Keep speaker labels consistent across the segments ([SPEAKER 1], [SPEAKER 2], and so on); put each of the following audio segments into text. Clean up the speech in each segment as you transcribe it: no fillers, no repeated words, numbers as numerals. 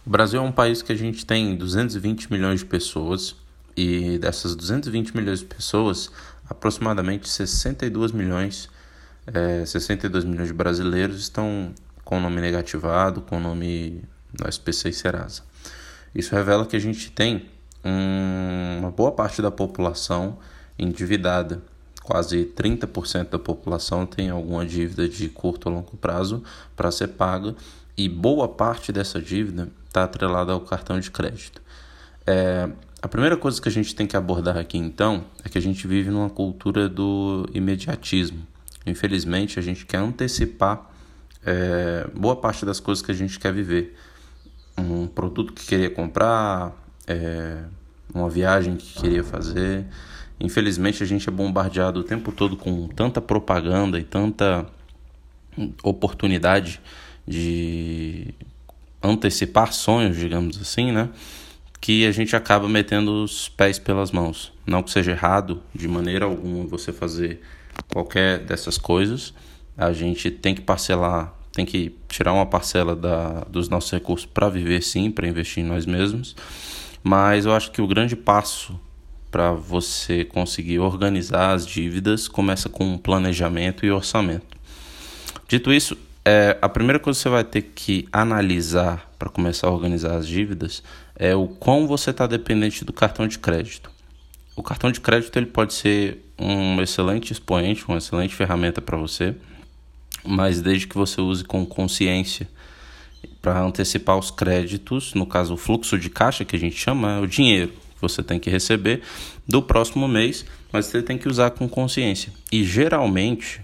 [SPEAKER 1] O Brasil é um país que a gente tem 220 milhões de pessoas e dessas 220 milhões de pessoas, aproximadamente 62 milhões de brasileiros estão com o nome negativado, com o nome no SPC e Serasa. Isso revela que a gente tem uma boa parte da população endividada. Quase 30% da população tem alguma dívida de curto ou longo prazo para ser paga e boa parte dessa dívida está atrelada ao cartão de crédito. A primeira coisa que a gente tem que abordar aqui, então, é que a gente vive numa cultura do imediatismo. Infelizmente, a gente quer antecipar boa parte das coisas que a gente quer viver. Um produto que queria comprar, uma viagem que queria fazer. Infelizmente, a gente é bombardeado o tempo todo com tanta propaganda e tanta oportunidade de antecipar sonhos, digamos assim, né? Que a gente acaba metendo os pés pelas mãos. Não que seja errado, de maneira alguma, você fazer qualquer dessas coisas. A gente tem que parcelar, tem que tirar uma parcela dos nossos recursos para viver, sim, para investir em nós mesmos. Mas eu acho que o grande passo para você conseguir organizar as dívidas começa com um planejamento e orçamento. Dito isso, a primeira coisa que você vai ter que analisar para começar a organizar as dívidas é o quão você está dependente do cartão de crédito. O cartão de crédito ele pode ser um excelente expoente, uma excelente ferramenta para você, mas desde que você use com consciência para antecipar os créditos, no caso o fluxo de caixa que a gente chama, é o dinheiro que você tem que receber do próximo mês, mas você tem que usar com consciência. E geralmente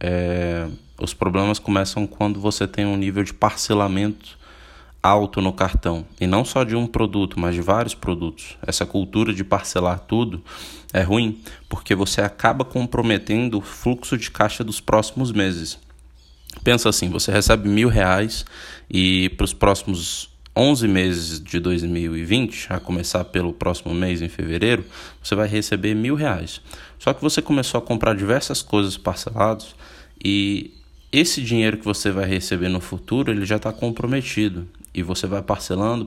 [SPEAKER 1] os problemas começam quando você tem um nível de parcelamento alto no cartão, e não só de um produto, mas de vários produtos. Essa cultura de parcelar tudo é ruim, porque você acaba comprometendo o fluxo de caixa dos próximos meses. Pensa assim, você recebe R$1.000 e para os próximos 11 meses de 2020, a começar pelo próximo mês, em fevereiro, você vai receber R$1.000. Só que você começou a comprar diversas coisas parceladas e esse dinheiro que você vai receber no futuro, ele já está comprometido. E você vai parcelando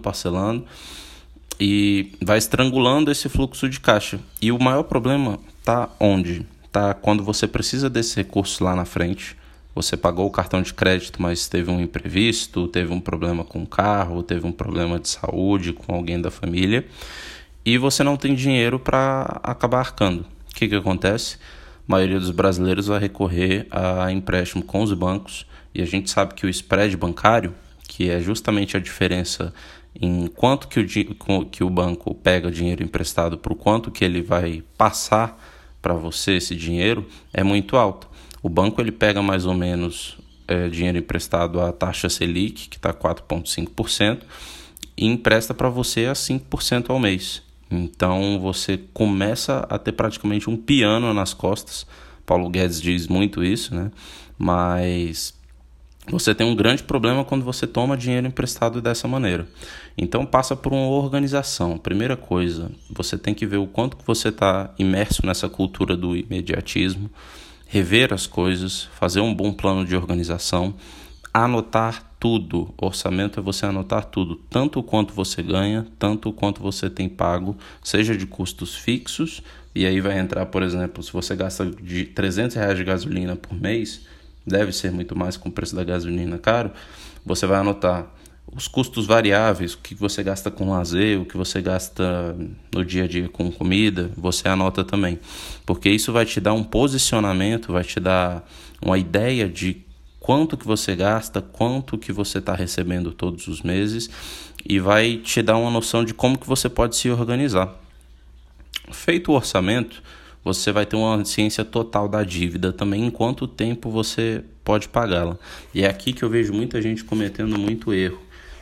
[SPEAKER 1] e vai estrangulando esse fluxo de caixa. E o maior problema está onde? Está quando você precisa desse recurso lá na frente. Você pagou o cartão de crédito, mas teve um imprevisto, teve um problema com o carro, teve um problema de saúde com alguém da família. E você não tem dinheiro para acabar arcando. O que acontece? A maioria dos brasileiros vai recorrer a empréstimo com os bancos. E a gente sabe que o spread bancário, que é justamente a diferença em quanto que o banco pega dinheiro emprestado para o quanto que ele vai passar para você esse dinheiro, é muito alto. O banco ele pega mais ou menos dinheiro emprestado à taxa Selic, que está 4,5%, e empresta para você a 5% ao mês. Então você começa a ter praticamente um piano nas costas. Paulo Guedes diz muito isso, né? Mas você tem um grande problema quando você toma dinheiro emprestado dessa maneira. Então passa por uma organização. Primeira coisa, você tem que ver o quanto que você está imerso nessa cultura do imediatismo, rever as coisas, fazer um bom plano de organização, anotar tudo. Orçamento é você anotar tudo, tanto o quanto você ganha, tanto o quanto você tem pago, seja de custos fixos, e aí vai entrar, por exemplo, se você gasta de R$300 de gasolina por mês, deve ser muito mais com o preço da gasolina caro, você vai anotar os custos variáveis, o que você gasta com lazer, o que você gasta no dia a dia com comida, você anota também. Porque isso vai te dar um posicionamento, vai te dar uma ideia de quanto que você gasta, quanto que você está recebendo todos os meses e vai te dar uma noção de como que você pode se organizar. Feito o orçamento, você vai ter uma ciência total da dívida também, em quanto tempo você pode pagá-la. E é aqui que eu vejo muita gente cometendo muito erro.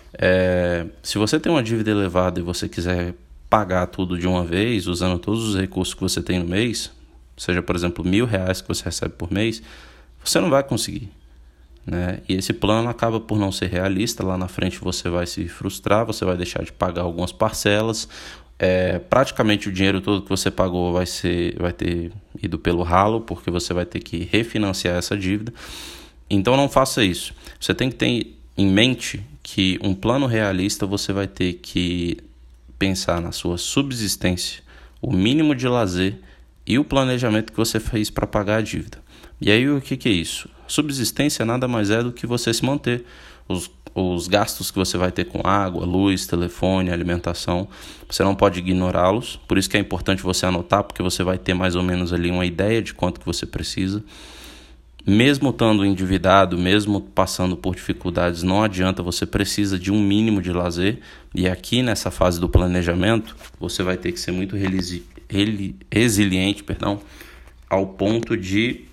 [SPEAKER 1] Se você tem uma dívida elevada e você quiser pagar tudo de uma vez, usando todos os recursos que você tem no mês, seja, por exemplo, R$1.000 que você recebe por mês, você não vai conseguir, né? E esse plano acaba por não ser realista. Lá na frente você vai se frustrar, você vai deixar de pagar algumas parcelas. Praticamente o dinheiro todo que você pagou vai ter ido pelo ralo, porque você vai ter que refinanciar essa dívida. Então não faça isso. Você tem que ter em mente que um plano realista você vai ter que pensar na sua subsistência, o mínimo de lazer e o planejamento que você fez para pagar a dívida. E aí o que é isso? Subsistência nada mais é do que você se manter. Os gastos que você vai ter com água, luz, telefone, alimentação, você não pode ignorá-los. Por isso que é importante você anotar, porque você vai ter mais ou menos ali uma ideia de quanto que você precisa. Mesmo estando endividado, mesmo passando por dificuldades, não adianta, você precisa de um mínimo de lazer. E aqui nessa fase do planejamento, você vai ter que ser muito resiliente, ao ponto de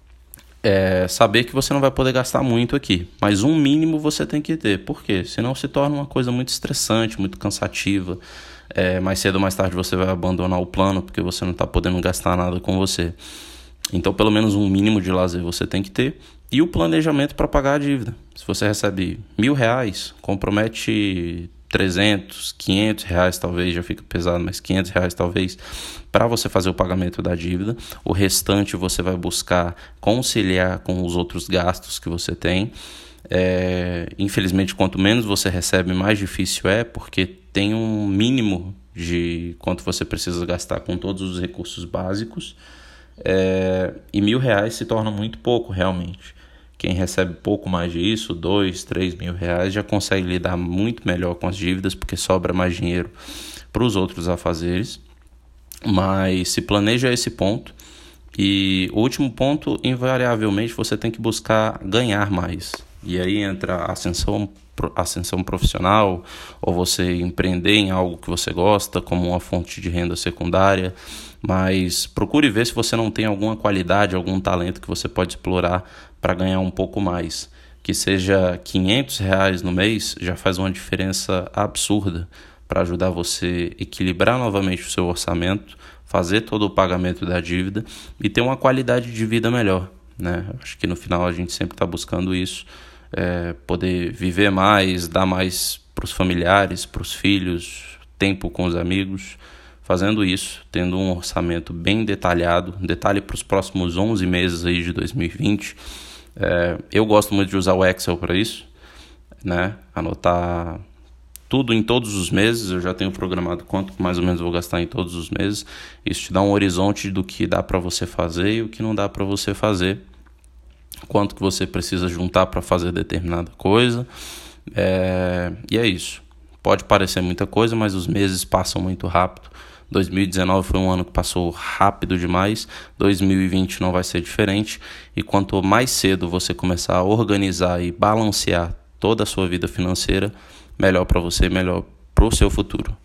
[SPEAKER 1] saber que você não vai poder gastar muito aqui. Mas um mínimo você tem que ter. Por quê? Senão se torna uma coisa muito estressante, muito cansativa. Mais cedo ou mais tarde você vai abandonar o plano porque você não está podendo gastar nada com você. Então, pelo menos um mínimo de lazer você tem que ter. E o planejamento para pagar a dívida. Se você recebe R$1.000, compromete 300, R$500 talvez, já fica pesado, mas R$500 talvez, para você fazer o pagamento da dívida. O restante você vai buscar conciliar com os outros gastos que você tem. Infelizmente, quanto menos você recebe, mais difícil é, porque tem um mínimo de quanto você precisa gastar com todos os recursos básicos. E R$1.000 se torna muito pouco realmente. Quem recebe pouco mais disso, R$2.000, R$3.000, já consegue lidar muito melhor com as dívidas, porque sobra mais dinheiro para os outros afazeres. Mas se planeja esse ponto. E o último ponto, invariavelmente, você tem que buscar ganhar mais. E aí entra a ascensão profissional, ou você empreender em algo que você gosta, como uma fonte de renda secundária. Mas procure ver se você não tem alguma qualidade, algum talento que você pode explorar para ganhar um pouco mais. Que seja R$500 no mês, já faz uma diferença absurda para ajudar você a equilibrar novamente o seu orçamento, fazer todo o pagamento da dívida e ter uma qualidade de vida melhor, né? Acho que no final a gente sempre está buscando isso, poder viver mais, dar mais para os familiares, para os filhos, tempo com os amigos. Fazendo isso, tendo um orçamento bem detalhado, detalhe para os próximos 11 meses aí de 2020. Eu gosto muito de usar o Excel para isso, né? Anotar tudo em todos os meses. Eu já tenho programado quanto mais ou menos vou gastar em todos os meses. Isso te dá um horizonte do que dá para você fazer e o que não dá para você fazer. Quanto que você precisa juntar para fazer determinada coisa. E é isso. Pode parecer muita coisa, mas os meses passam muito rápido. 2019 foi um ano que passou rápido demais, 2020 não vai ser diferente, e quanto mais cedo você começar a organizar e balancear toda a sua vida financeira, melhor para você, melhor para o seu futuro.